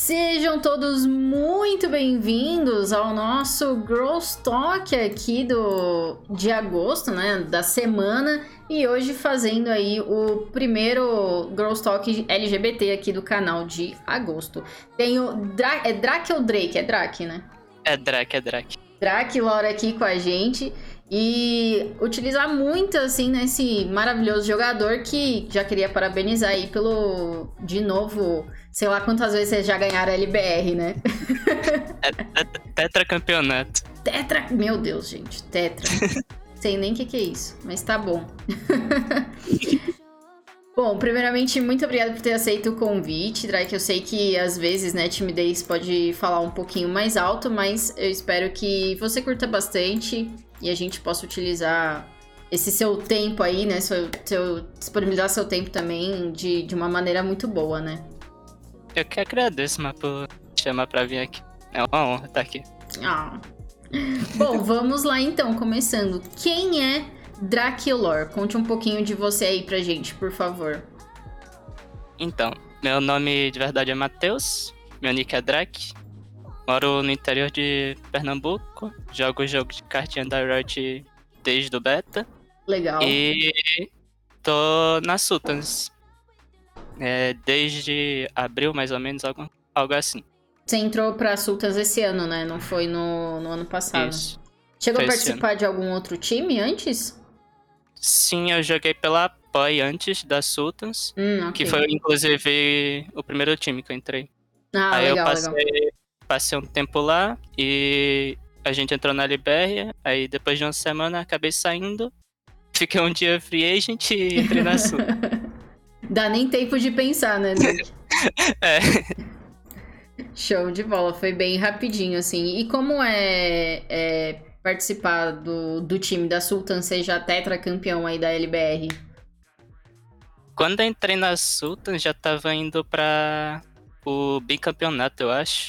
Sejam todos muito bem-vindos ao nosso Girls Talk aqui de agosto, né, da semana, e hoje fazendo aí o primeiro Girls Talk LGBT aqui do canal de agosto. Tem o é Drake ou Drake? É Drake, né? É Drake. Drake e Laura aqui com a gente e utilizar muito, assim, nesse maravilhoso jogador que já queria parabenizar aí pelo, de novo, sei lá quantas vezes vocês já ganharam a LBR, né? Tetracampeonato. Meu Deus, gente, tetra. Sei nem o que é isso, mas tá bom. Bom, primeiramente, muito obrigada por ter aceito o convite, Drake. Eu sei que às vezes, né, timidez pode falar um pouquinho mais alto, mas eu espero que você curta bastante e a gente possa utilizar esse seu tempo aí, né, disponibilizar seu tempo também de uma maneira muito boa, né? Eu que agradeço, mas por chamar pra vir aqui. É uma honra estar aqui. Ah. Bom, vamos lá então, começando. Quem é Drake Lore? Conte um pouquinho de você aí pra gente, por favor. Então, meu nome de verdade é Matheus, meu nick é Drake, moro no interior de Pernambuco, jogo o jogo de cartinha da Riot desde o beta. Legal. E tô na Sultans, desde abril mais ou menos, algo assim. Você entrou pra Sultans esse ano, né? Não foi no ano passado. Isso. Chegou a Foi esse participar de algum outro time antes? Sim, eu joguei pela POI antes da Sultans, Ok. que foi inclusive o primeiro time que eu entrei. Ah, Aí legal, eu passei um tempo lá e a gente entrou na LBR, aí depois de uma semana acabei saindo, fiquei um dia free agent e entrei na Sultans. Dá nem tempo de pensar, né, Drake? É. Show de bola, foi bem rapidinho, assim. E como é participar do time da Sultan, seja tetracampeão aí da LBR? Quando eu entrei na Sultans já tava indo pra o bicampeonato, eu acho.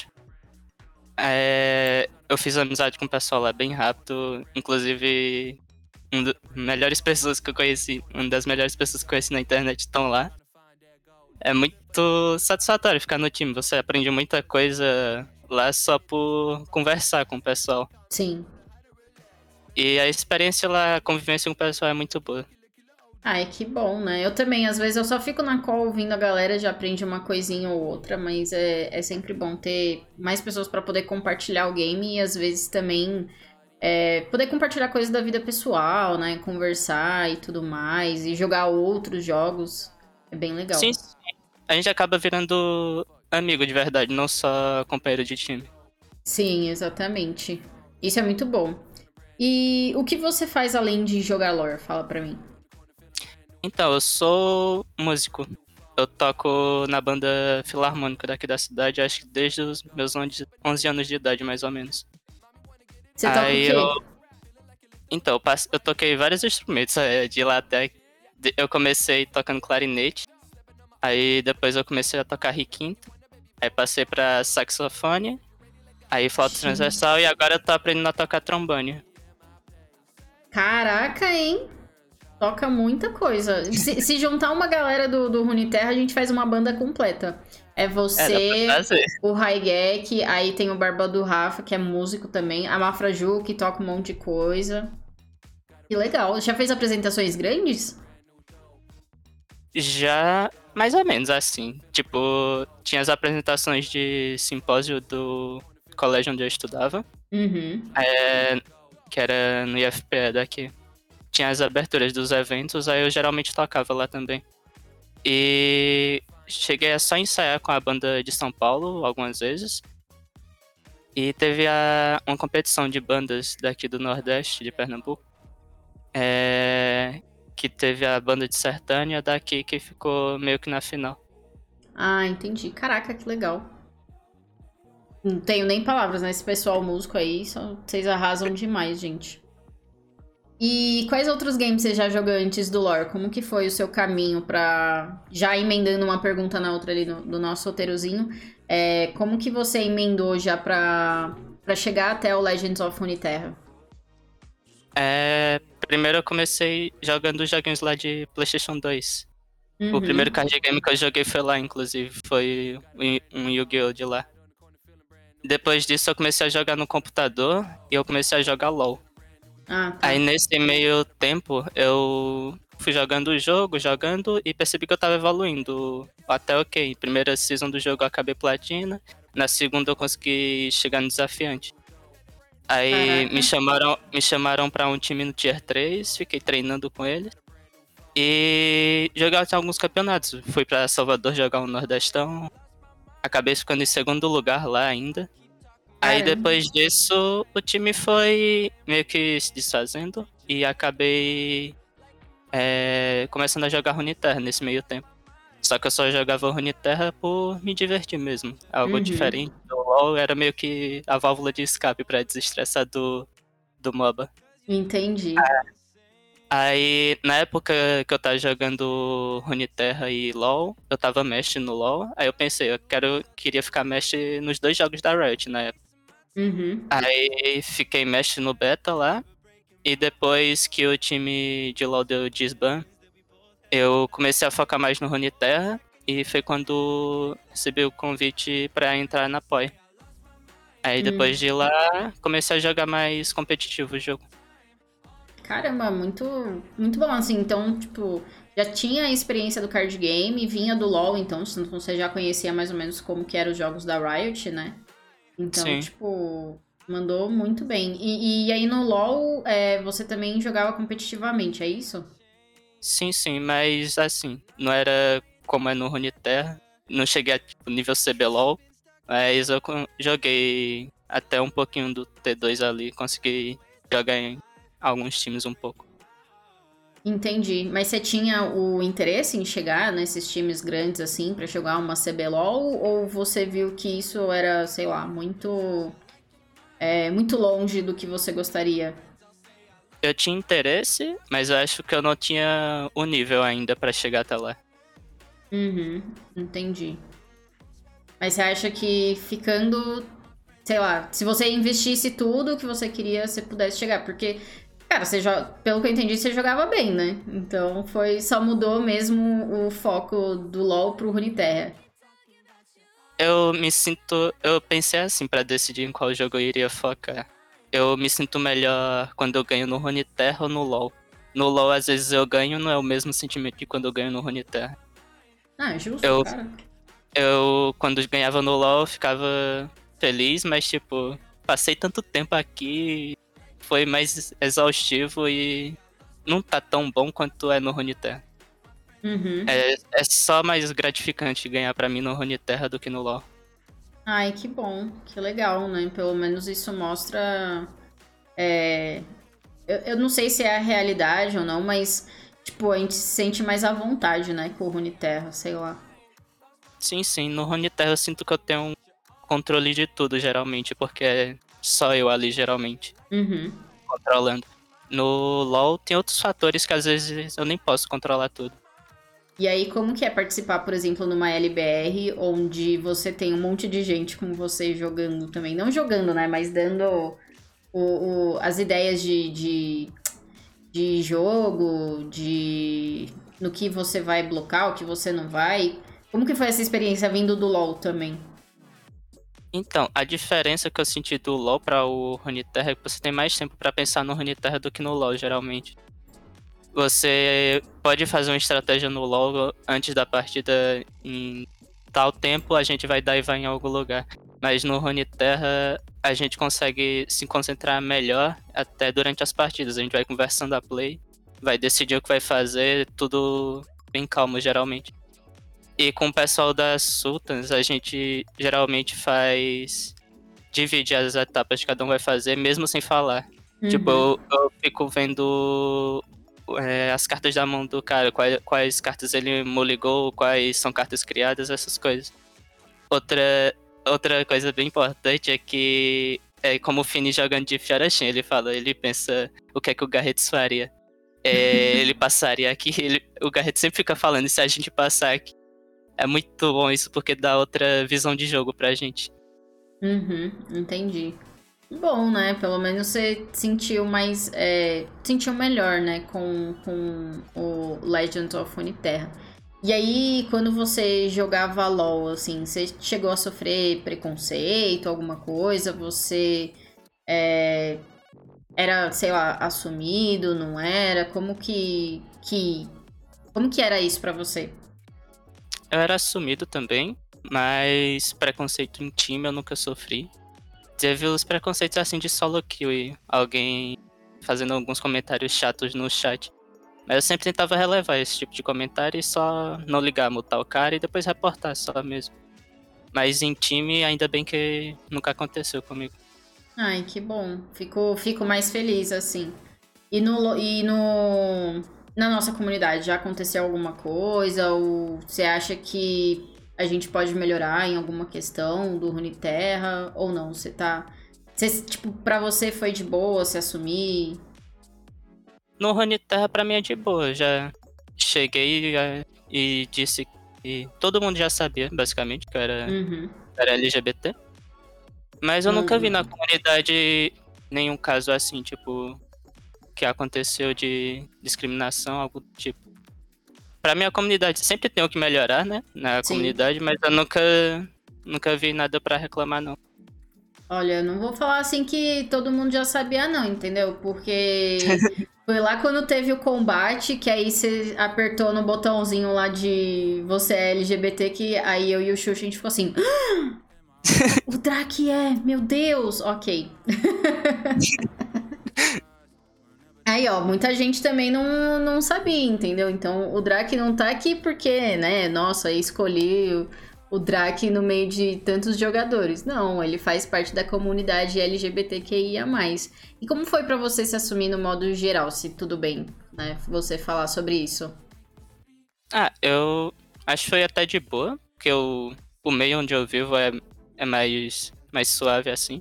Eu fiz amizade com o pessoal lá bem rápido, inclusive uma das melhores pessoas que eu conheci na internet estão lá. É muito satisfatório ficar no time, você aprende muita coisa lá só por conversar com o pessoal. Sim. E a experiência lá, a convivência com o pessoal é muito boa. Ai, que bom, né? Eu também, às vezes, eu só fico na call ouvindo a galera, já aprende uma coisinha ou outra, mas é sempre bom ter mais pessoas pra poder compartilhar o game e, às vezes, também poder compartilhar coisas da vida pessoal, né? Conversar e tudo mais, e jogar outros jogos. É bem legal. Sim, a gente acaba virando amigo de verdade, não só companheiro de time. Sim, exatamente. Isso é muito bom. E o que você faz além de jogar lore? Fala pra mim. Então, eu sou músico. Eu toco na banda filarmônica daqui da cidade, acho que desde os meus 11 anos de idade, mais ou menos. Você toca o quê? Então, eu toquei vários instrumentos de lá até. Eu comecei tocando clarinete, aí depois eu comecei a tocar requinto, aí passei pra saxofone, aí flauta transversal e agora eu tô aprendendo a tocar trombone. Caraca, hein? Toca muita coisa. Se juntar uma galera do Runeterra, a gente faz uma banda completa. É você, dá pra fazer. o Raigek, aí tem o Barba do Rafa, que é músico também, a Mafraju, que toca um monte de coisa. Que legal. Já fez apresentações grandes? Já, mais ou menos assim. Tipo, tinha as apresentações de simpósio do colégio onde eu estudava, Uhum. que era no IFPE daqui. Tinha as aberturas dos eventos, aí eu geralmente tocava lá também. E cheguei a só ensaiar com a banda de São Paulo algumas vezes. E teve uma competição de bandas daqui do Nordeste, de Pernambuco. Que teve a banda de Sertânia daqui que ficou meio que na final. Ah, entendi. Caraca, que legal. Não tenho nem palavras, né? Esse pessoal músico aí, vocês arrasam demais, gente. E quais outros games você já jogou antes do lore? Como que foi o seu caminho pra... Já emendando uma pergunta na outra ali do nosso roteirozinho. Como que você emendou já pra chegar até o Legends of Runeterra? Primeiro eu comecei jogando os joguinhos lá de PlayStation 2. O primeiro Uhum. card game que eu joguei foi lá, inclusive. Foi um Yu-Gi-Oh! De lá. Depois disso eu comecei a jogar no computador e eu comecei a jogar LoL. Ah, Aí tá. nesse meio tempo eu fui jogando o jogo, jogando e percebi que eu tava evoluindo. Até ok. Primeira season do jogo eu acabei platina. Na segunda eu consegui chegar no desafiante. Aí me Caraca. chamaram pra um time no Tier 3, fiquei treinando com eles. E jogar alguns campeonatos. Fui pra Salvador jogar um Nordestão. Acabei ficando em segundo lugar lá ainda. Aí Caramba. depois disso, o time foi meio que se desfazendo. E acabei começando a jogar Runeterra nesse meio tempo. Só que eu só jogava Runeterra por me divertir mesmo. Algo Uhum. diferente. O LoL era meio que a válvula de escape pra desestressar do MOBA. Entendi. Aí, na época que eu tava jogando Runeterra e LoL, eu tava mestre no LoL. Aí eu pensei, queria ficar mestre nos dois jogos da Riot na época. Uhum. Aí fiquei mestre no beta lá. E depois que o time de LoL deu disban, eu comecei a focar mais no Runeterra. E foi quando recebi o convite pra entrar na PoE. Aí depois Hum. de lá, comecei a jogar mais competitivo o jogo. Caramba, muito, muito bom, assim, então, tipo, já tinha a experiência do card game, vinha do LoL, então você já conhecia mais ou menos como que eram os jogos da Riot, né? Então, Sim. tipo, mandou muito bem. E aí no LoL, você também jogava competitivamente, é isso? Sim, sim, mas assim, não era como é no Runeterra. Não cheguei a tipo, nível CBLOL, mas eu joguei até um pouquinho do T2 ali, consegui jogar em alguns times um pouco. Entendi. Mas você tinha o interesse em chegar nesses times grandes assim pra jogar uma CBLOL ou você viu que isso era, sei lá, muito longe do que você gostaria? Eu tinha interesse, mas eu acho que eu não tinha o nível ainda pra chegar até lá. Uhum, entendi. Mas você acha que ficando, sei lá, se você investisse tudo que você queria, você pudesse chegar? Porque, cara, pelo que eu entendi, você jogava bem, né? Então só mudou mesmo o foco do LoL pro Runeterra. Eu pensei assim pra decidir em qual jogo eu iria focar. Eu me sinto melhor quando eu ganho no Runeterra ou no LoL. No LoL, às vezes eu ganho, não é o mesmo sentimento de quando eu ganho no Runeterra. Ah, justo, Eu, cara. quando ganhava no LoL, eu ficava feliz, mas, tipo, passei tanto tempo aqui, foi mais exaustivo e não tá tão bom quanto é no Runeterra. Uhum. É só mais gratificante ganhar pra mim no Runeterra do que no LoL. Ai, que bom, que legal, né? Pelo menos isso mostra. é, eu não sei se é a realidade ou não, mas, tipo, a gente se sente mais à vontade, né? Com o Runeterra, sei lá. Sim, sim, no Runeterra eu sinto que eu tenho um controle de tudo, geralmente, porque é só eu ali, geralmente, Uhum. controlando. No LoL tem outros fatores que às vezes eu nem posso controlar tudo. E aí, como que é participar, por exemplo, numa LBR, onde você tem um monte de gente com você jogando também? Não jogando, né? Mas dando as ideias de jogo, no que você vai blocar, o que você não vai. Como que foi essa experiência vindo do LoL também? Então, a diferença que eu senti do LoL para o Runeterra é que você tem mais tempo para pensar no Runeterra do que no LoL, geralmente. Você pode fazer uma estratégia no LoL antes da partida em tal tempo, a gente vai divar em algum lugar. Mas no Runeterra a gente consegue se concentrar melhor até durante as partidas. A gente vai conversando a play, vai decidir o que vai fazer, tudo bem calmo, geralmente. E com o pessoal das Sultans, a gente geralmente divide as etapas que cada um vai fazer, mesmo sem falar. Tipo, Uhum. eu fico vendo as cartas da mão do cara, quais cartas ele moligou, quais são cartas criadas, essas coisas. Outra coisa bem importante é que como o Fini jogando de Fiorashin, ele pensa o que é que o Garrett's faria. Ele passaria aqui, o Garrett sempre fica falando, e se a gente passar aqui? É muito bom isso, porque dá outra visão de jogo pra gente. Uhum, entendi. Bom, né? Pelo menos você sentiu sentiu melhor, né? Com o Legends of Runeterra. E aí, quando você jogava LOL, assim, você chegou a sofrer preconceito, alguma coisa? Você é, era, sei lá, assumido, não era? Como que era isso pra você? Eu era assumido também, mas preconceito em time eu nunca sofri. Teve os preconceitos assim de solo kill e alguém fazendo alguns comentários chatos no chat. Mas eu sempre tentava relevar esse tipo de comentário e só não ligar, mutar o cara e depois reportar só mesmo. Mas em time, ainda bem que nunca aconteceu comigo. Ai, que bom. Fico mais feliz, assim. E na nossa comunidade, já aconteceu alguma coisa? Ou você acha que a gente pode melhorar em alguma questão do Runeterra? Ou não? Tipo, pra você foi de boa se assumir? No Runeterra pra mim é de boa, já cheguei e disse que todo mundo já sabia, basicamente, que eu Uhum. era LGBT. Mas eu nunca vi na Uhum. comunidade nenhum caso assim, tipo, que aconteceu de discriminação, algo do tipo. Pra mim, a comunidade sempre tem o que melhorar, né? Na Sim. comunidade, mas eu nunca vi nada pra reclamar, não. Olha, não vou falar assim que todo mundo já sabia, não, entendeu? Porque foi lá quando teve o combate, que aí você apertou no botãozinho lá de você é LGBT, que aí eu e o Xuxa a gente ficou assim. O Drake é, meu Deus! Ok. Aí, ó, muita gente também não sabia, entendeu? Então, o Drake não tá aqui porque, né, nossa, escolhi o Drake no meio de tantos jogadores. Não, ele faz parte da comunidade LGBTQIA+. E como foi pra você se assumir no modo geral, se tudo bem, né, você falar sobre isso? Ah, eu acho que foi até de boa, porque o meio onde eu vivo é mais suave assim.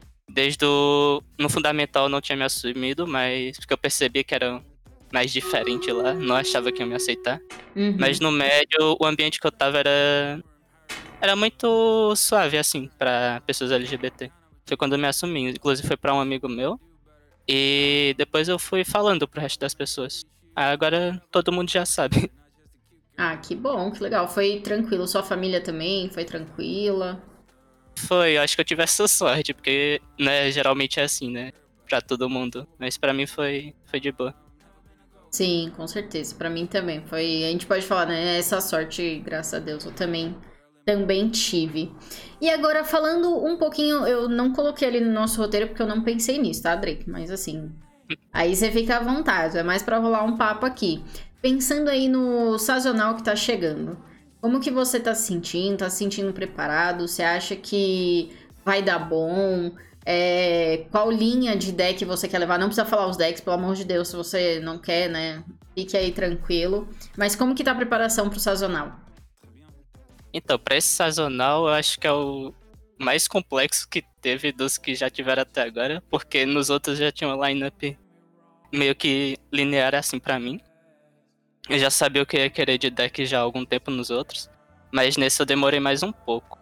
No fundamental eu não tinha me assumido, mas porque eu percebi que era mais diferente lá, não achava que ia me aceitar. Mas Uhum. no médio, o ambiente que eu tava era muito suave, assim, pra pessoas LGBT. Foi quando eu me assumi, inclusive foi pra um amigo meu. E depois eu fui falando pro resto das pessoas. Agora todo mundo já sabe. Ah, que bom, que legal. Foi tranquilo. Sua família também foi tranquila? Foi, eu acho que eu tive essa sorte, porque, né, geralmente é assim, né? Pra todo mundo. Mas pra mim foi de boa. Sim, com certeza. Pra mim também. Foi, a gente pode falar, né? Essa sorte, graças a Deus, eu também tive. E agora falando um pouquinho, eu não coloquei ali no nosso roteiro porque eu não pensei nisso, tá, Drake? Mas assim, aí você fica à vontade, é mais pra rolar um papo aqui. Pensando aí no sazonal que tá chegando. Como que você tá se sentindo? Tá se sentindo preparado? Você acha que vai dar bom? Qual linha de deck você quer levar? Não precisa falar os decks, pelo amor de Deus, se você não quer, né? Fique aí tranquilo. Mas como que tá a preparação pro sazonal? Então, pra esse sazonal, eu acho que é o mais complexo que teve dos que já tiveram até agora, porque nos outros já tinha uma lineup meio que linear assim pra mim. Eu já sabia o que eu ia querer de deck já há algum tempo nos outros, mas nesse eu demorei mais um pouco.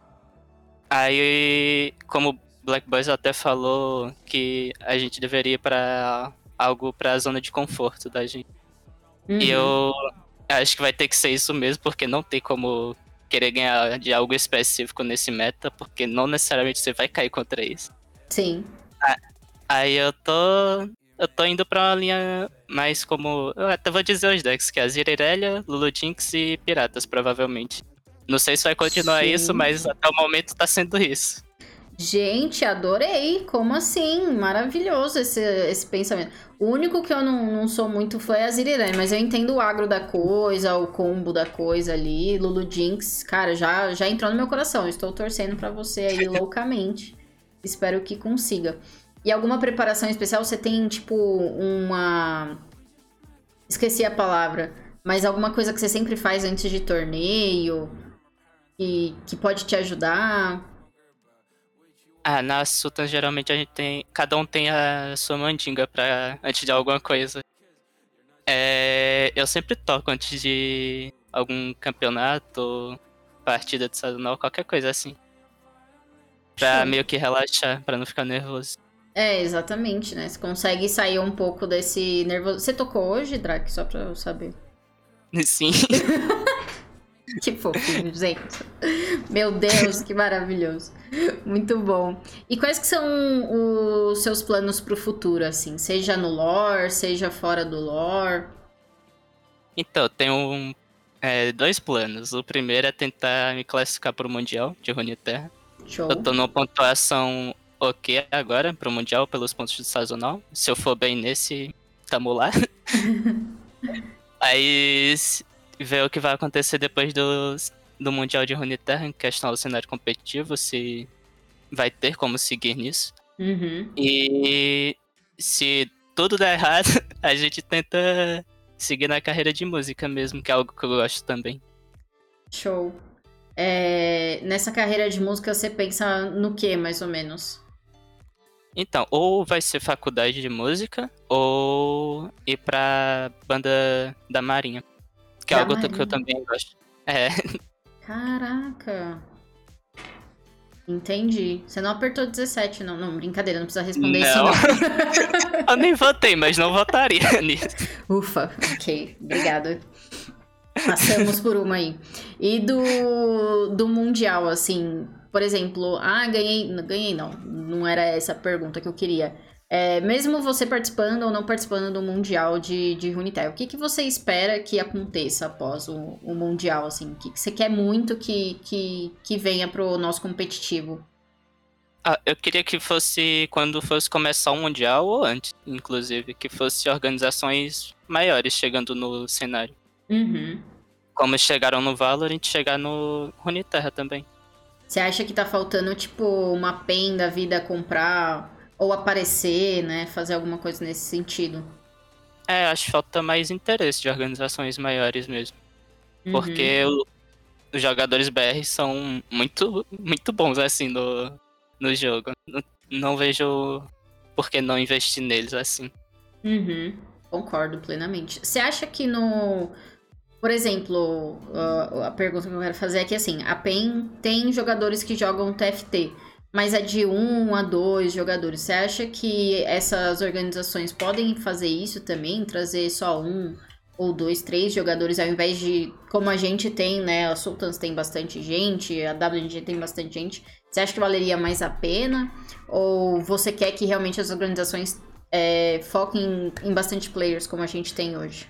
Aí, como o Black Boys até falou que a gente deveria ir pra algo pra zona de conforto da gente. E Uhum, eu acho que vai ter que ser isso mesmo, porque não tem como querer ganhar de algo específico nesse meta, porque não necessariamente você vai cair contra isso. sim. Ah, Aí eu tô indo pra uma linha mais como. Eu até vou dizer os decks, que é a Zirerelia, Lulu Jinx e Piratas, provavelmente. Não sei se vai continuar isso, mas Gente. até o momento tá sendo isso. Gente, adorei. Como assim? Maravilhoso esse pensamento. O único que eu não sou muito fã é a Zirirane, mas eu entendo o agro da coisa, o combo da coisa ali. Lulu Jinx, cara, já entrou no meu coração. Estou torcendo pra você aí loucamente. Espero que consiga. E alguma preparação especial? Você tem, tipo, uma. Esqueci a palavra. Mas alguma coisa que você sempre faz antes de torneio? Que pode te ajudar? Na Sultan geralmente a gente tem. Cada um tem a sua mandinga pra, antes de alguma coisa. Eu sempre toco antes de algum campeonato, partida de sazonal, qualquer coisa assim. Pra Show. meio que relaxar, pra não ficar nervoso. Exatamente, né? Você consegue sair um pouco desse nervoso. Você tocou hoje, Drake? Só pra eu saber. Sim. Que fofinho, gente. Meu Deus, que maravilhoso. Muito bom. E quais que são os seus planos pro futuro, assim? Seja no lore, seja fora do lore? Então, eu tenho dois planos. O primeiro é tentar me classificar pro Mundial de Runeterra. Eu Show. tô numa pontuação ok agora pro Mundial pelos pontos de sazonal. Se eu for bem nesse, tamo lá. Aí ver o que vai acontecer depois do Mundial de Runeterra, em questão do cenário competitivo, se vai ter como seguir nisso. Uhum. E se tudo der errado, a gente tenta seguir na carreira de música mesmo, que é algo que eu gosto também. Show. Nessa carreira de música, você pensa no que, mais ou menos? Então, ou vai ser faculdade de música, ou ir pra banda da Marinha, que é Da algo que eu Marinha. também gosto. É, Caraca. Entendi. Você não apertou 17, não. Não, brincadeira, não precisa responder isso, não. não. Eu nem votei, mas não votaria nisso. Ufa, ok. Obrigada. Passamos por uma aí. E do Mundial, assim, por exemplo, ganhei não, não era essa a pergunta que eu queria. Mesmo você participando ou não participando do Mundial de Runeterra, o que, que você espera que aconteça após o Mundial, assim? O que, que você quer muito que venha pro nosso competitivo? Eu queria que fosse quando fosse começar o Mundial, ou antes, inclusive, que fosse organizações maiores chegando no cenário. Uhum. Como chegaram no Valorant, chegar no Runeterra também. Você acha que tá faltando, tipo, uma PEN da vida comprar ou aparecer, né? Fazer alguma coisa nesse sentido? Acho que falta mais interesse de organizações maiores mesmo. Uhum. Porque os jogadores BR são muito, muito bons, assim, no jogo. Não vejo por que não investir neles, assim. Uhum. Concordo plenamente. Você acha que no. Por exemplo, a pergunta que eu quero fazer é que assim, a PEN tem jogadores que jogam TFT, mas é de 1 a 2 jogadores. Você acha que essas organizações podem fazer isso também? Trazer só 1 ou 2, 3 jogadores, ao invés de, como a gente tem, né? A Sultans tem bastante gente, a WNG tem bastante gente. Você acha que valeria mais a pena? Ou você quer que realmente as organizações foquem em bastante players, como a gente tem hoje?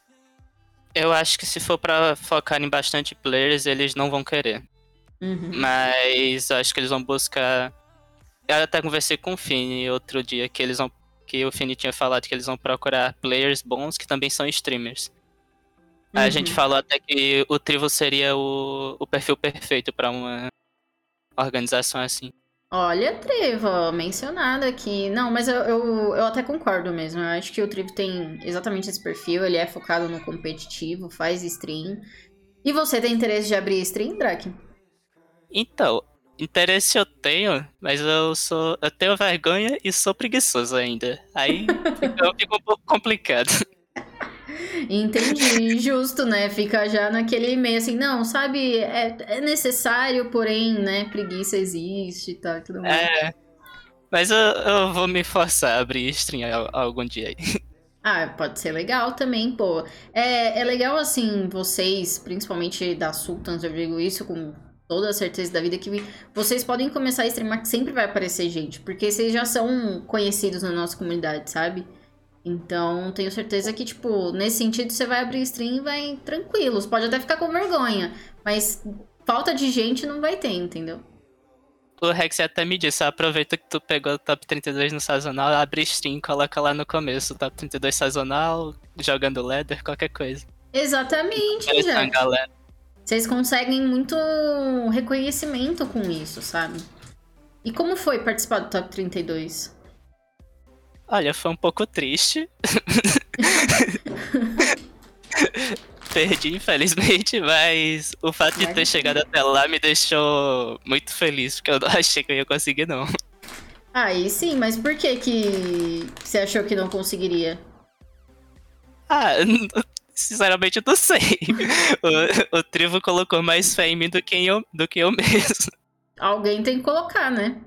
Eu acho que se for pra focar em bastante players, eles não vão querer. Uhum. Mas eu acho que eles vão buscar. Eu até conversei com o Fini outro dia que o Fini tinha falado que eles vão procurar players bons que também são streamers. Aí a gente Uhum. falou até que o Trivo seria o perfil perfeito pra uma organização assim. Olha, Trevo, mencionado aqui. Não, mas eu até concordo mesmo. Eu acho que o Trevo tem exatamente esse perfil. Ele é focado no competitivo, faz stream. E você tem interesse de abrir stream, Drake? Então, interesse eu tenho, mas eu tenho vergonha e sou preguiçoso ainda. Aí fica um pouco complicado. Entendi, justo, né? Fica já naquele meio assim, não, sabe? É necessário, porém, né? Preguiça existe e tal, e tudo mais. É, mas eu vou me forçar a abrir stream algum dia aí. Ah, pode ser legal também, pô. É legal, assim, vocês, principalmente da Sultans, eu digo isso com toda a certeza da vida, que vocês podem começar a streamar que sempre vai aparecer gente, porque vocês já são conhecidos na nossa comunidade, sabe? Então, tenho certeza que, tipo, nesse sentido, você vai abrir stream e vai tranquilos. Pode até ficar com vergonha, mas falta de gente não vai ter, entendeu? O Rex até me disse, aproveita que tu pegou o top 32 no sazonal, abre stream, coloca lá no começo, top 32 sazonal, jogando ladder, qualquer coisa. Exatamente, Interessante, já. galera. Vocês conseguem muito reconhecimento com isso, sabe? E como foi participar do Top 32? Olha, foi um pouco triste. Perdi, infelizmente, mas o fato de ter chegado até lá me deixou muito feliz, porque eu não achei que eu ia conseguir, não. Aí sim, mas por que que você achou que não conseguiria? Ah, sinceramente, eu não sei. O Trivo colocou mais fé em mim do que eu mesmo. Alguém tem que colocar, né?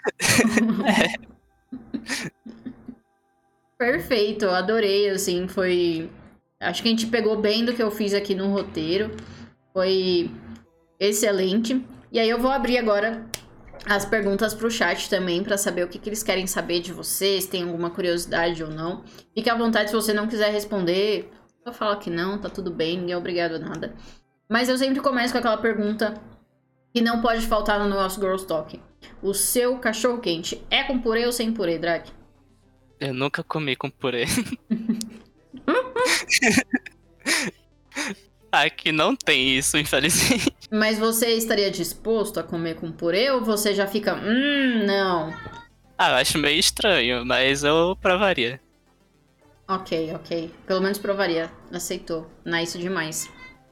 Perfeito, eu adorei, assim, foi... Acho que a gente pegou bem do que eu fiz aqui no roteiro. Foi excelente. E aí eu vou abrir agora as perguntas pro chat também, pra saber o que eles querem saber de vocês, tem alguma curiosidade ou não. Fique à vontade se você não quiser responder, só fala que não, tá tudo bem, ninguém é obrigado a nada. Mas eu sempre começo com aquela pergunta que não pode faltar no nosso Girls Talk. O seu cachorro quente é com purê ou sem purê, Drake? Eu nunca comi com purê. Aqui não tem isso, infelizmente. Mas você estaria disposto a comer com purê ou você já fica, não? Ah, eu acho meio estranho, mas eu provaria. Ok. Pelo menos provaria. Aceitou. Nice demais.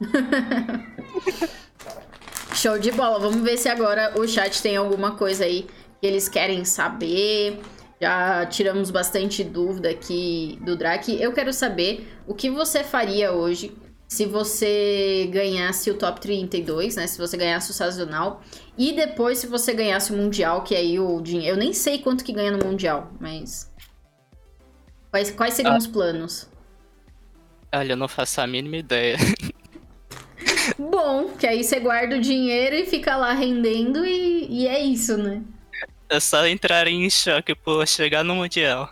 Show de bola. Vamos ver se agora o chat tem alguma coisa aí que eles querem saber. Já tiramos bastante dúvida aqui do Drake. Eu quero saber o que você faria hoje se você ganhasse o Top 32, né? Se você ganhasse o Sazonal. E depois se você ganhasse o Mundial, que aí o dinheiro... Eu nem sei quanto que ganha no Mundial, mas... Quais seriam os planos? Olha, eu não faço a mínima ideia. Bom, que aí você guarda o dinheiro e fica lá rendendo e é isso, né? Eu só entraria em choque por chegar no Mundial.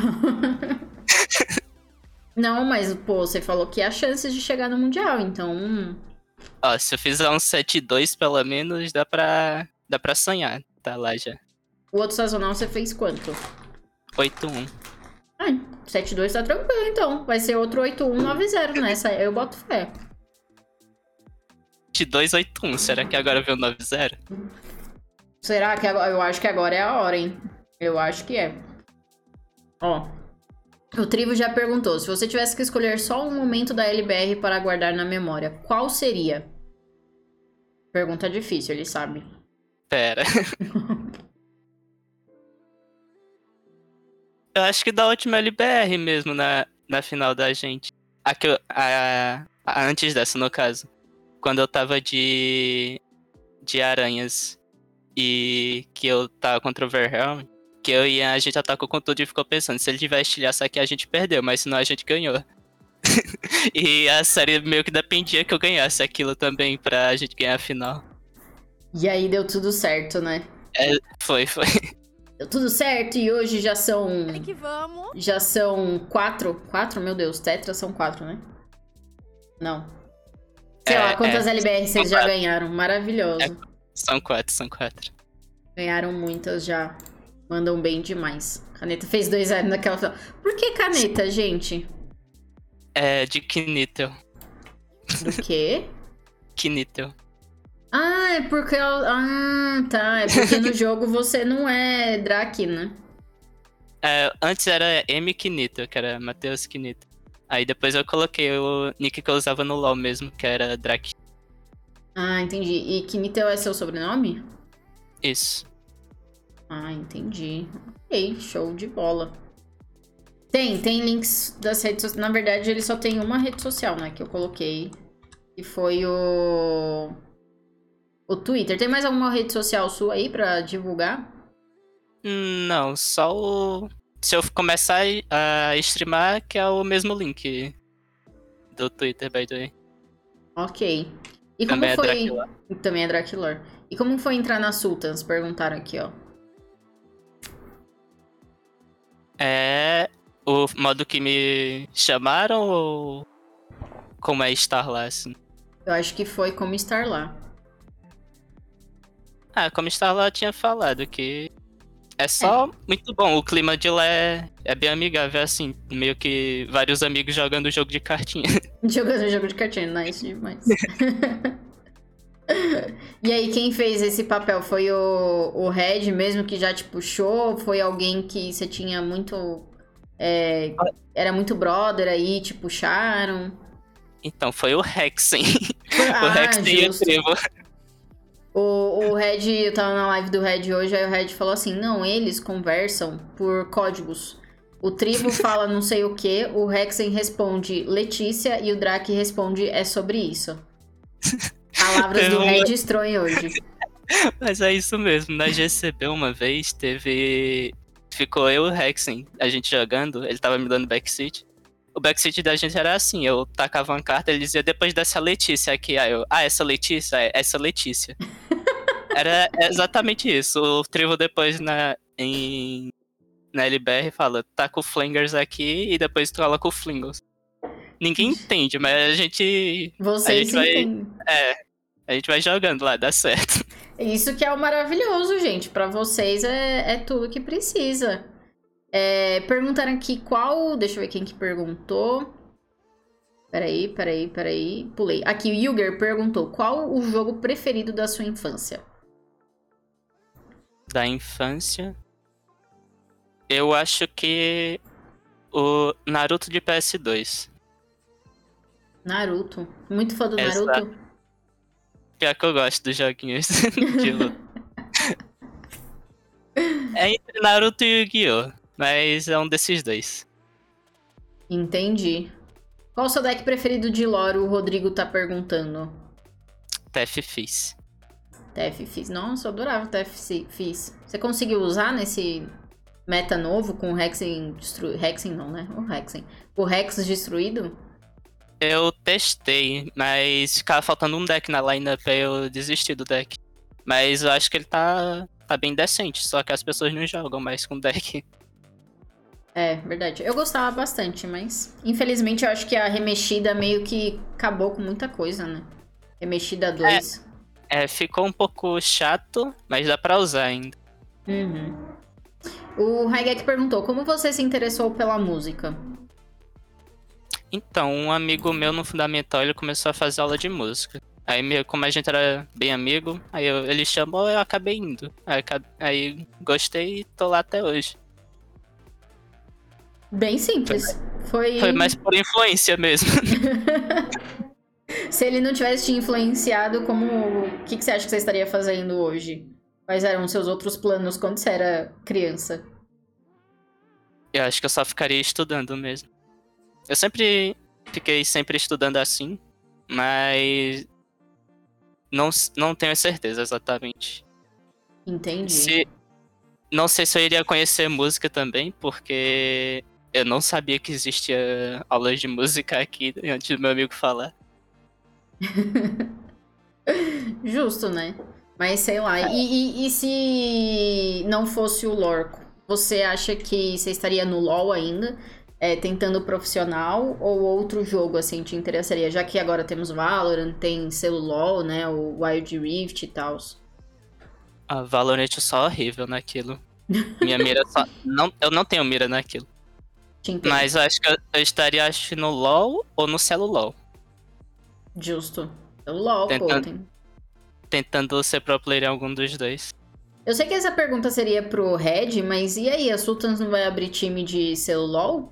Não, mas, pô, você falou que há chances de chegar no Mundial, então... Ó, se eu fizer um 7-2 pelo menos, dá pra sonhar. Tá lá já. O outro sazonal você fez quanto? 8-1. Ai, 7-2 tá tranquilo, então. Vai ser outro 8-1-9-0 nessa. Eu boto fé. 7-2-8-1. Será que agora veio 9-0? Será que agora... Eu acho que agora é a hora, hein? Eu acho que é. Ó. O Trivo já perguntou. Se você tivesse que escolher só um momento da LBR para guardar na memória, qual seria? Pergunta difícil, ele sabe. Pera. Eu acho que da última LBR mesmo, na final da gente. Antes dessa, no caso. Quando eu tava de aranhas e que eu tava contra o Verhelm, que a gente atacou com tudo e ficou pensando, se ele tiver estilhaço aqui a gente perdeu, mas senão a gente ganhou. E a série meio que dependia que eu ganhasse aquilo também pra gente ganhar a final. E aí deu tudo certo, né? Foi. Deu tudo certo e hoje já são... É que vamos. Já são 4? 4? Meu Deus, Tetra são 4, né? Não. Sei lá, quantas LBR vocês já ganharam? Maravilhoso. São 4. Ganharam muitas já. Mandam bem demais. Caneta fez 2-0 naquela final. Por que caneta, gente? É de Knitel. Do quê? Knitel. Ah, é porque... Ah, tá. É porque no jogo você não é Drake, né? Antes era M Knitel, que era Matheus Knitel. Aí depois eu coloquei o nick que eu usava no LoL mesmo, que era Drake. Ah, entendi. E Knitel é seu sobrenome? Isso. Ah, entendi. Ok, show de bola. Tem links das redes sociais. Na verdade, ele só tem uma rede social, né? Que eu coloquei. Que foi o Twitter. Tem mais alguma rede social sua aí pra divulgar? Não, só o... Se eu começar a streamar, que é o mesmo link do Twitter, by the way. Ok. E Também como é foi... Dracula. Também é Dracula. E como foi entrar na Sultans? Perguntaram aqui, ó. É o modo que me chamaram ou como é estar lá, assim? Eu acho que foi como estar lá. Como estar lá eu tinha falado que é só muito bom. O clima de lá é bem amigável, assim. Meio que vários amigos jogando jogo de cartinha. Jogando jogo de cartinha, nice demais. E aí, quem fez esse papel? Foi o Red mesmo que já te puxou? Foi alguém que você tinha muito... era muito brother aí, te puxaram? Então, foi o Hexen. O Hexen e o Trevo. O Red, eu tava na live do Red hoje, aí o Red falou assim, não, eles conversam por códigos. O Trivo fala não sei o que, o Hexen responde Letícia e o Drake responde é sobre isso. Palavras do Red estranho hoje. Mas é isso mesmo, na GCB uma vez ficou eu e o Hexen, a gente jogando, ele tava me dando backseat. o backseat da gente era assim, eu tacava uma carta, ele dizia, depois dessa Letícia aqui, aí eu, essa Letícia? É, essa Letícia. Era exatamente isso, o Trivo depois na LBR fala, tá com o Flangers aqui, e depois tu fala com o Flingles. Ninguém entende, mas a gente Vocês vai... entendem. A gente vai jogando lá, dá certo. Isso que é o maravilhoso, gente. Pra vocês é tudo que precisa. Perguntaram aqui qual... Deixa eu ver quem que perguntou. Peraí. Pulei. Aqui, o Yuger perguntou, qual o jogo preferido da sua infância? Da infância... Eu acho que o Naruto de PS2. Naruto. Muito fã do Exato. Naruto? Pior que eu gosto dos joguinhos de luta. É entre Naruto e Yu-Gi-Oh! Mas é um desses dois. Entendi. Qual o seu deck preferido de lore? O Rodrigo tá perguntando. TF Fizz. TF Fizz. Nossa, eu adorava TF Fizz. Você conseguiu usar nesse meta novo com o Hexen destruído? Hexen não, né? O Hexen. O Hex destruído? Eu testei, mas ficava faltando um deck na lineup, aí eu desisti do deck. Mas eu acho que ele tá bem decente, só que as pessoas não jogam mais com deck. É, verdade. Eu gostava bastante, mas infelizmente eu acho que a remexida meio que acabou com muita coisa, né? Remexida 2. Ficou um pouco chato, mas dá pra usar ainda. Uhum. O Raigek perguntou, como você se interessou pela música? Então, um amigo meu no Fundamental, ele começou a fazer aula de música. Aí, como a gente era bem amigo, aí ele chamou, eu acabei indo. Aí gostei e tô lá até hoje. Bem simples. Foi mais por influência mesmo. Se ele não tivesse te influenciado, o que você acha que você estaria fazendo hoje? Quais eram os seus outros planos quando você era criança? Eu acho que eu só ficaria estudando mesmo. Eu fiquei sempre estudando assim, mas não tenho certeza exatamente. Entendi. Não sei se eu iria conhecer música também, porque eu não sabia que existia aulas de música aqui antes do meu amigo falar. Justo, né? Mas sei lá. E se não fosse o Lorco, você acha que você estaria no LoL ainda? Tentando profissional ou outro jogo assim te interessaria? Já que agora temos Valorant, tem selo LoL, né? O Wild Rift e tal. A Valorant é só horrível naquilo. Minha mira só... eu não tenho mira naquilo. Mas eu acho que eu estaria no LoL ou no celo LoL. Justo. O LoL, tentando ser pro player em algum dos dois. Eu sei que essa pergunta seria pro Red, mas e aí? A Sultans não vai abrir time de selo LoL?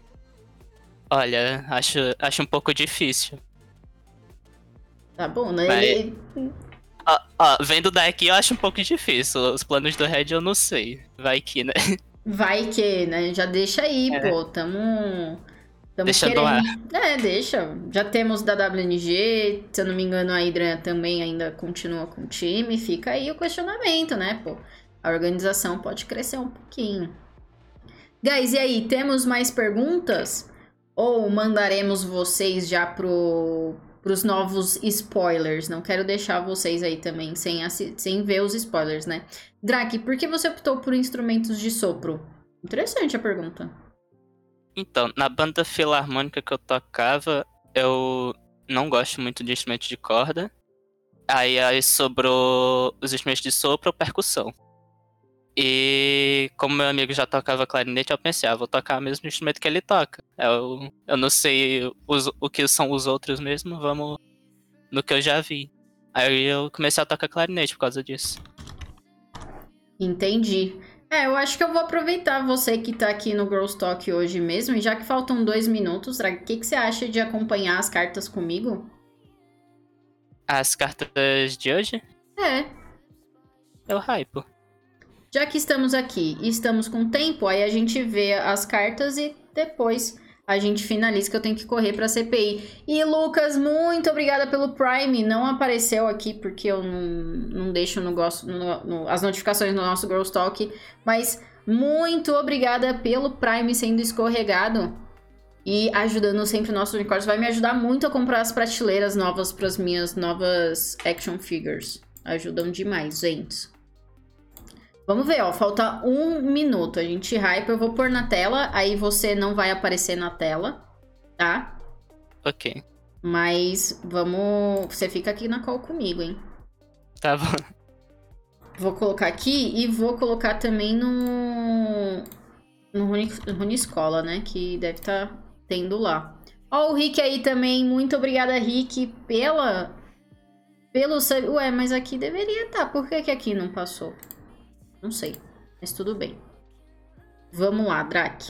Olha, acho um pouco difícil. Tá bom, né? Mas... vendo daqui eu acho um pouco difícil. Os planos do Red eu não sei. Vai que, né? Vai que, né? Já deixa aí, pô. Tamo deixa querendo. No ar. Deixa. Já temos da WNG. Se eu não me engano, a Hydra também ainda continua com o time. Fica aí o questionamento, né, pô? A organização pode crescer um pouquinho. Guys, e aí? Temos mais perguntas? Ou mandaremos vocês já pros novos spoilers? Não quero deixar vocês aí também sem ver os spoilers, né? Drake, por que você optou por instrumentos de sopro? Interessante a pergunta. Então, na banda filarmônica que eu tocava, eu não gosto muito de instrumentos de corda. Aí sobrou os instrumentos de sopro ou percussão. E como meu amigo já tocava clarinete, eu pensei, vou tocar o mesmo instrumento que ele toca. Eu não sei o que são os outros mesmo, vamos no que eu já vi. Aí eu comecei a tocar clarinete por causa disso. Entendi. Eu acho que eu vou aproveitar você que tá aqui no Girls Talk hoje mesmo, e já que faltam 2 minutos, o que você acha de acompanhar as cartas comigo? As cartas de hoje? Eu hypo. Já que estamos aqui e estamos com tempo, aí a gente vê as cartas e depois a gente finaliza, que eu tenho que correr pra CPI. E Lucas, muito obrigada pelo Prime. Não apareceu aqui porque eu não deixo as notificações no nosso Girls Talk. Mas muito obrigada pelo Prime sendo escorregado. E ajudando sempre o nosso unicórnio. Vai me ajudar muito a comprar as prateleiras novas para as minhas novas action figures. Ajudam demais, gente. Vamos ver, ó. Falta 1 minuto. A gente hype. Eu vou pôr na tela. Aí você não vai aparecer na tela. Tá? Ok. Mas vamos... Você fica aqui na call comigo, hein? Tá bom. Vou colocar aqui e vou colocar também no Runescola, né? Que deve estar tendo lá. Ó, o Rick aí também. Muito obrigada, Rick, pelo sub. Ué, mas aqui deveria estar. Por que aqui não passou? Não sei. Mas tudo bem. Vamos lá, Drac.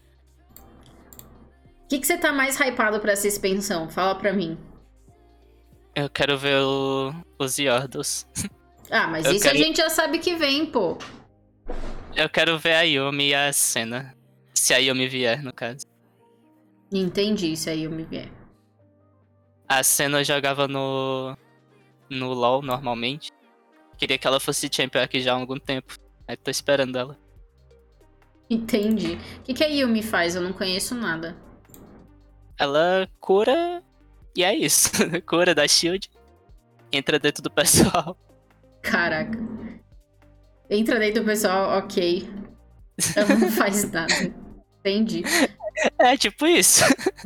O que você tá mais hypado pra essa expansão? Fala pra mim. Eu quero ver os Yordles. Ah, mas isso a gente já sabe que vem, pô. Eu quero ver a Yumi e a Senna. Se a Yumi vier, no caso. Entendi, se a Yumi vier. A Senna eu jogava no LoL normalmente. Queria que ela fosse champion aqui já há algum tempo. Aí tô esperando ela. Entendi. O que a Yumi faz? Eu não conheço nada. Ela cura e é isso. Cura da shield. Entra dentro do pessoal. Caraca. Entra dentro do pessoal, ok. Ela não faz nada. Entendi. É tipo isso.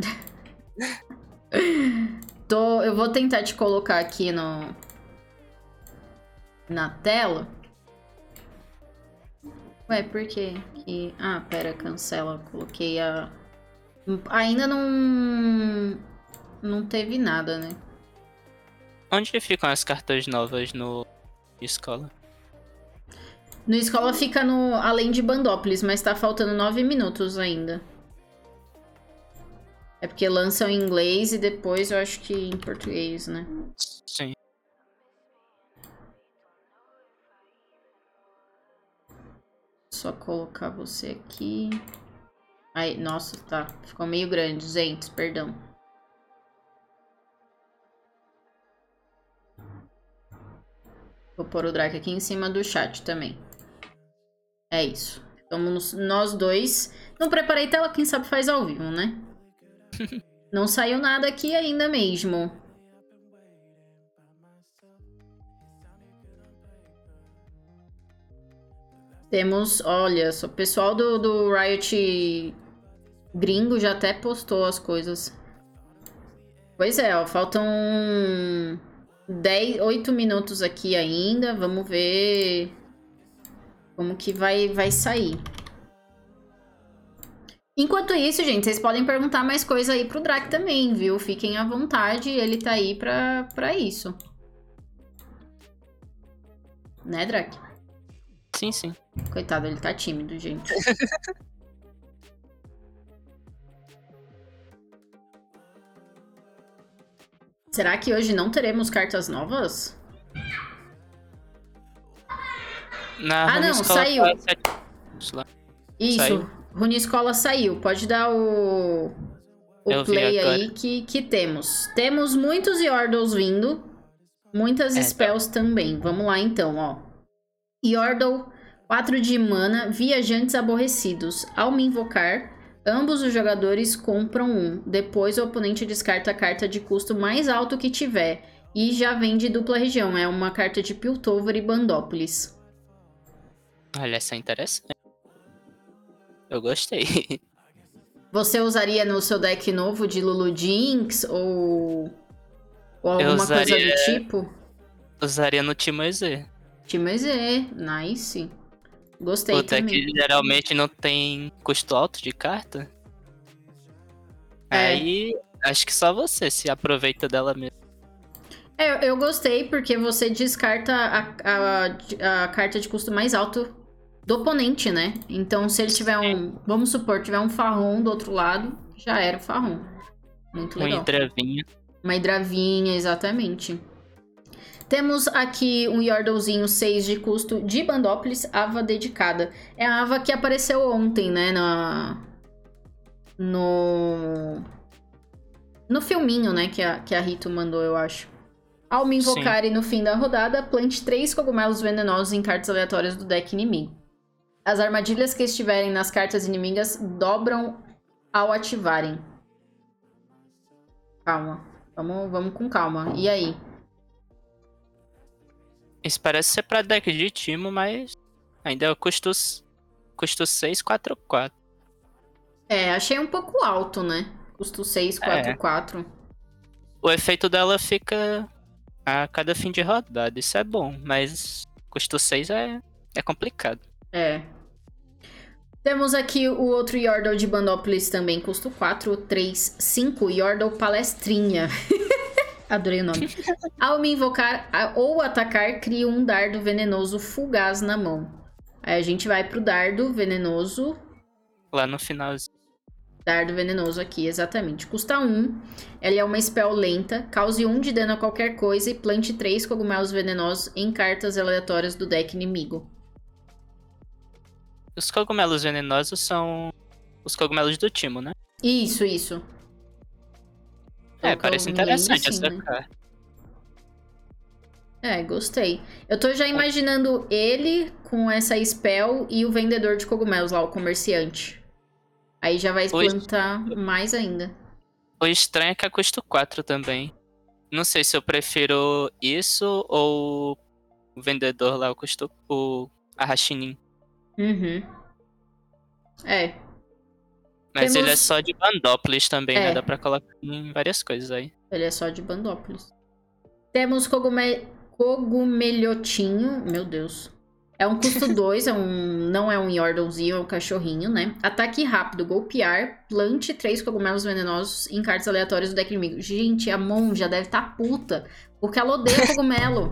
Eu vou tentar te colocar aqui na tela. Ué, por quê? Ah, pera, cancela. Coloquei a... Ainda não teve nada, né? Onde ficam as cartas novas no Escola? No Escola fica além de Bandópolis, mas tá faltando 9 minutos ainda. É porque lançam em inglês e depois eu acho que em português, né? Sim. Só colocar você aqui. Aí, nossa, tá. Ficou meio grande, gente. Perdão. Vou pôr o Drake aqui em cima do chat também. É isso. Vamos nós dois. Não preparei tela, quem sabe faz ao vivo, né? Não saiu nada aqui ainda mesmo. Temos, olha, só o pessoal do Riot gringo já até postou as coisas. Pois é, ó, faltam 8 minutos aqui ainda. Vamos ver como que vai sair. Enquanto isso, gente, vocês podem perguntar mais coisa aí pro Drac também, viu? Fiquem à vontade, ele tá aí pra isso. Né, Drac? Sim, sim. Coitado, ele tá tímido, gente. Será que hoje não teremos cartas novas? Não, saiu. Isso, saiu. Runescola saiu. Pode dar o play aí que temos. Temos muitos Yordles vindo. Muitas spells também. Vamos lá então, ó. Yordle, 4 de mana, viajantes aborrecidos. Ao me invocar, ambos os jogadores compram um. Depois o oponente descarta a carta de custo mais alto que tiver. E já vem de dupla região. É uma carta de Piltover e Bandópolis. Olha, essa é interessante. Eu gostei. Você usaria no seu deck novo de Lulu Jinx ou alguma coisa do tipo? Usaria no Team-EZ. Team-EZ, nice. Gostei também. O deck geralmente não tem custo alto de carta. Aí, acho que só você se aproveita dela mesmo. Eu gostei porque você descarta a carta de custo mais alto do oponente, né? Então, se ele tiver vamos supor, tiver um Farron do outro lado, já era o Farron. Muito legal. Uma Hidravinha. Uma Hidravinha, exatamente. Temos aqui um Yordlezinho 6 de custo de Bandópolis, Ava dedicada. É a Ava que apareceu ontem, né? No filminho, né? Que a Rito mandou, eu acho. Ao me invocar e no fim da rodada, plante 3 cogumelos venenosos em cartas aleatórias do deck inimigo. As armadilhas que estiverem nas cartas inimigas dobram ao ativarem. Calma. Vamos com calma. E aí? Isso parece ser pra deck de Timo, mas ainda custo 6, 4, 4. Achei um pouco alto, né? Custo 644. O efeito dela fica a cada fim de rodada, isso é bom, mas custo 6 é complicado. Temos aqui o outro Yordle de Bandópolis também, custo 4, 3, 5. Yordle Palestrinha. Adorei o nome. Ao me invocar ou atacar, cria um dardo venenoso fugaz na mão. Aí a gente vai pro dardo venenoso. Lá no finalzinho. Dardo venenoso aqui, exatamente. Custa 1. Ela é uma spell lenta. Cause 1 de dano a qualquer coisa e plante 3 cogumelos venenosos em cartas aleatórias do deck inimigo. Os cogumelos venenosos são os cogumelos do Timo, né? Isso. Parece interessante essa carta. Gostei. Eu tô já imaginando ele com essa spell e o vendedor de cogumelos lá, o comerciante. Aí já vai plantar mais ainda. O estranho é que é custo 4 também. Não sei se eu prefiro isso ou o vendedor lá, o Arrachinin. Mas ele é só de Bandópolis também, né? Dá pra colocar em várias coisas aí. Ele é só de Bandópolis. Temos cogumelhotinho. Meu Deus. É um custo 2, não é um Yordlezinho, é um cachorrinho, né? Ataque rápido, golpear, plante 3 cogumelos venenosos em cartas aleatórias do deck inimigo. Gente, a monja deve estar puta, porque ela odeia cogumelo.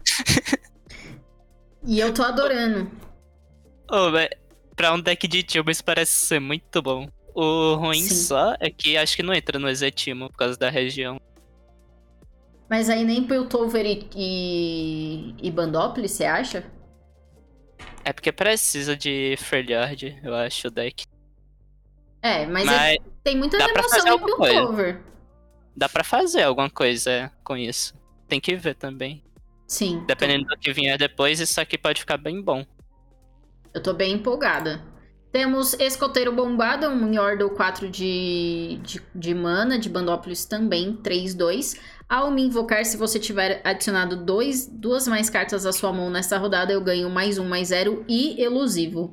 E eu tô adorando. Pra um deck de Timo isso parece ser muito bom. O ruim só é que acho que não entra no Exetimo por causa da região. Mas aí nem Piltover e Bandópolis, você acha? É porque precisa de Freljord, eu acho, o deck. Mas tem muita remoção em Piltover. Dá pra fazer alguma coisa com isso. Tem que ver também. Sim. Dependendo do que vier depois, isso aqui pode ficar bem bom. Eu tô bem empolgada. Temos Escoteiro Bombado, um Yordle 4 de mana, de Bandópolis também, 3/2. Ao me invocar, se você tiver adicionado duas mais cartas à sua mão nessa rodada, eu ganho +1/+0 e elusivo.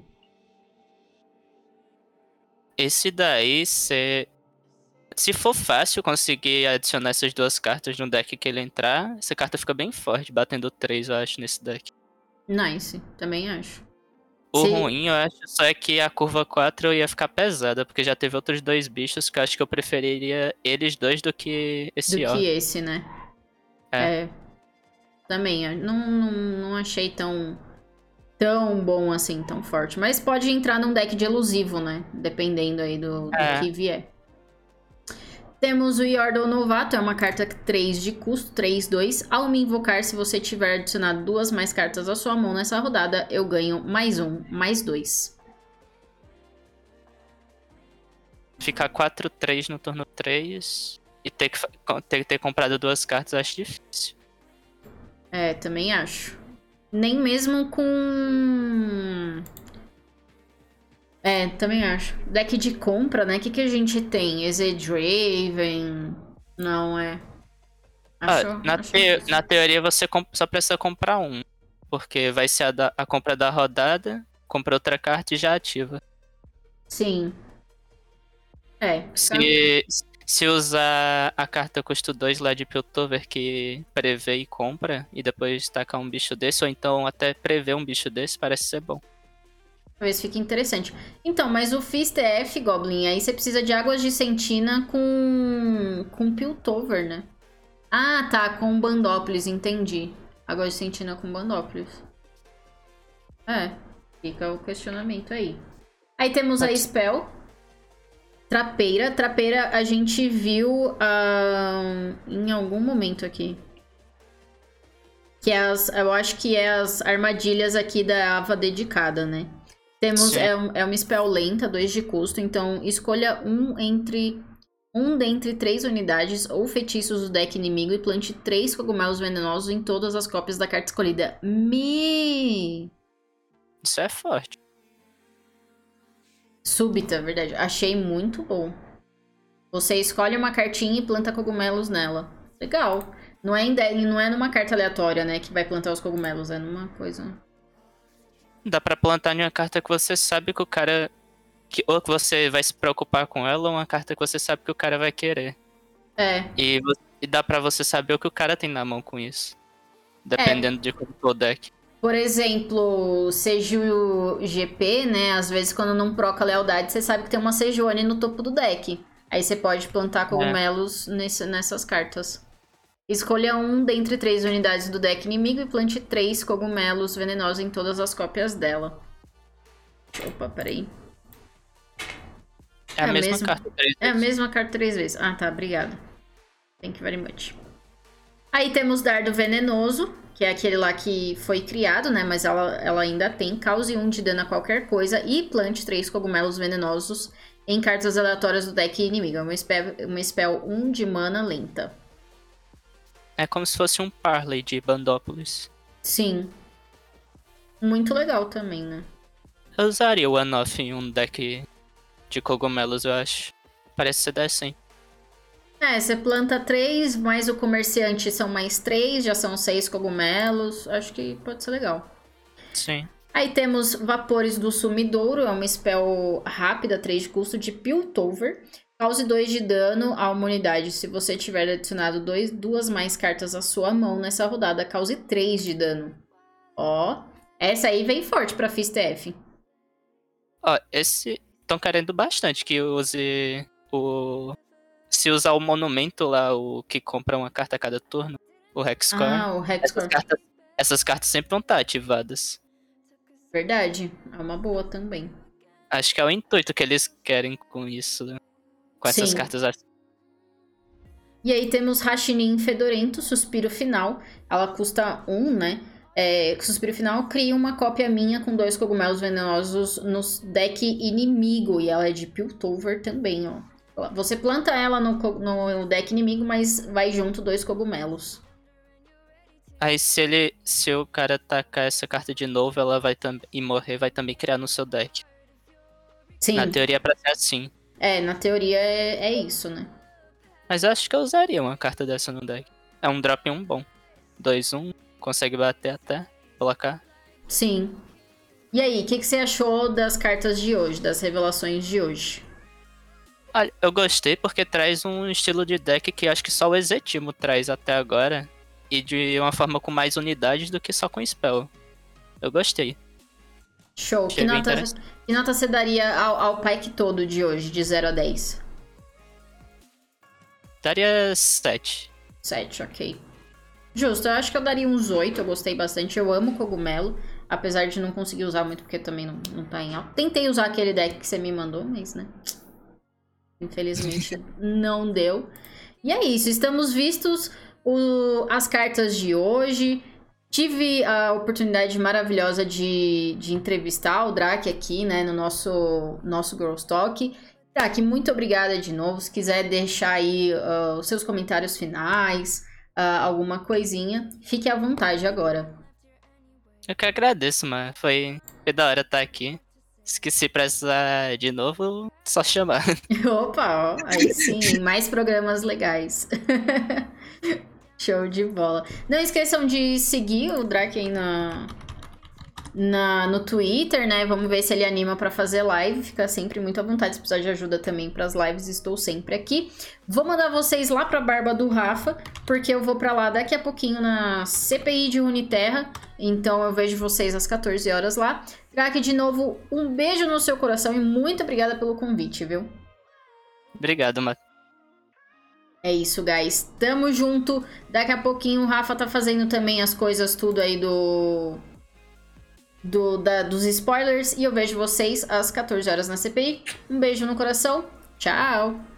Esse daí, se for fácil conseguir adicionar essas duas cartas no deck que ele entrar, essa carta fica bem forte, batendo 3, eu acho, nesse deck. Nice, também acho. O ruim, eu acho, só é que a curva 4 ia ficar pesada, porque já teve outros 2 bichos que eu acho que eu preferiria eles dois do que esse Do que esse, né? Também, não achei tão bom assim, tão forte. Mas pode entrar num deck de elusivo, né? Dependendo aí do que vier. Temos o Yordle Novato, é uma carta 3 de custo, 3/2. Ao me invocar, se você tiver adicionado 2 mais cartas à sua mão nessa rodada, eu ganho +1/+2. Ficar 4/3 no turno 3 e ter que ter comprado 2 cartas, eu acho difícil. Também acho. Nem mesmo com... também acho. Deck de compra, né? O que a gente tem? Exedraven? Não, Na teoria, você só precisa comprar um. Porque vai ser a compra da rodada, compra outra carta e já ativa. Sim. Se usar a carta custo 2 lá de Piltover, que prevê e compra, e depois tacar um bicho desse, ou então até prever um bicho desse, parece ser bom. Talvez fique interessante. Então, mas o Fist é F, Goblin. Aí você precisa de Águas de Sentina com Piltover, né? Ah, tá. Com Bandópolis, entendi. Águas de Sentina com Bandópolis. Fica o questionamento aí. Aí temos a Spell. Trapeira. Trapeira a gente viu em algum momento aqui. Que eu acho que é as armadilhas aqui da Ava dedicada, né? Temos, uma spell lenta, 2 de custo, então escolha um dentre 3 unidades ou feitiços do deck inimigo e plante 3 cogumelos venenosos em todas as cópias da carta escolhida. Isso é forte. Súbita, verdade. Achei muito bom. Você escolhe uma cartinha e planta cogumelos nela. Legal. Não é numa carta aleatória, né, que vai plantar os cogumelos. É numa coisa... Dá pra plantar em uma carta que você sabe que o cara... ou que você vai se preocupar com ela, ou uma carta que você sabe que o cara vai querer. É. E dá pra você saber o que o cara tem na mão com isso. Dependendo de como for o deck. Por exemplo, Seju GP, né? Às vezes quando não proca lealdade, você sabe que tem uma Sejuani no topo do deck. Aí você pode plantar cogumelos nessas cartas. Escolha um dentre 3 unidades do deck inimigo e plante 3 cogumelos venenosos em todas as cópias dela. Opa, peraí. É a mesma carta 3 vezes. É a mesma carta 3 vezes. Ah, tá, obrigado. Thank you very much. Aí temos Dardo Venenoso, que é aquele lá que foi criado, né? Mas ela ainda tem. Cause 1 de dano a qualquer coisa e plante 3 cogumelos venenosos em cartas aleatórias do deck inimigo. É uma spell 1 de mana lenta. É como se fosse um Parley de Bandópolis. Sim. Muito legal também, né? Eu usaria o One-Off em um deck de cogumelos, eu acho. Parece ser decente. Você planta 3, mais o comerciante são mais 3, já são 6 cogumelos. Acho que pode ser legal. Sim. Aí temos Vapores do Sumidouro, é uma spell rápida, 3 de custo de Piltover. Cause 2 de dano a uma unidade. Se você tiver adicionado 2 mais cartas à sua mão nessa rodada, cause 3 de dano. Ó, essa aí vem forte pra Fist F. Ó, esse... Estão querendo bastante que use o... Se usar o monumento lá, o que compra uma carta a cada turno, o Hexcore. Ah, o Hexcore. Essas cartas sempre vão estar ativadas. Verdade, é uma boa também. Acho que é o intuito que eles querem com isso, né? Com essas cartas assim. E aí temos Rashinin Fedorento, Suspiro Final. Ela custa 1, né? Suspiro Final cria uma cópia minha com 2 cogumelos venenosos no deck inimigo. E ela é de Piltover também, ó. Você planta ela no deck inimigo, mas vai junto 2 cogumelos. Aí se o cara tacar essa carta de novo, ela vai e morrer, vai também criar no seu deck. Sim. Na teoria é pra ser assim. Na teoria é isso, né? Mas eu acho que eu usaria uma carta dessa no deck. É um drop 1 bom. 2/1, consegue bater até, colocar. Sim. E aí, o que você achou das cartas de hoje, das revelações de hoje? Olha, eu gostei porque traz um estilo de deck que acho que só o Exetimo traz até agora. E de uma forma com mais unidades do que só com spell. Eu gostei. Show. Que nota você daria ao Pike todo de hoje, de 0 a 10? Daria 7. 7, ok. Justo, eu acho que eu daria uns 8, eu gostei bastante. Eu amo cogumelo, apesar de não conseguir usar muito, porque também não tá em alta. Tentei usar aquele deck que você me mandou, mas, né? Infelizmente não deu. E é isso, estamos vistos as cartas de hoje. Tive a oportunidade maravilhosa de entrevistar o Drake aqui, né, no nosso Girls Talk. Drake, muito obrigada de novo. Se quiser deixar aí os seus comentários finais, alguma coisinha, fique à vontade agora. Eu que agradeço, mano. Foi da hora estar aqui. Se precisar de novo, só chamar. Opa, ó, aí sim, mais programas legais. Show de bola. Não esqueçam de seguir o Drake aí no Twitter, né? Vamos ver se ele anima pra fazer live. Fica sempre muito à vontade. Se precisar de ajuda também pras lives, estou sempre aqui. Vou mandar vocês lá pra Barba do Rafa, porque eu vou pra lá daqui a pouquinho na CPI de Uniterra. Então eu vejo vocês às 14 horas lá. Drake, de novo, um beijo no seu coração e muito obrigada pelo convite, viu? Obrigado, Matheus. É isso, guys. Tamo junto. Daqui a pouquinho o Rafa tá fazendo também as coisas tudo aí dos spoilers. E eu vejo vocês às 14 horas na CPI. Um beijo no coração. Tchau!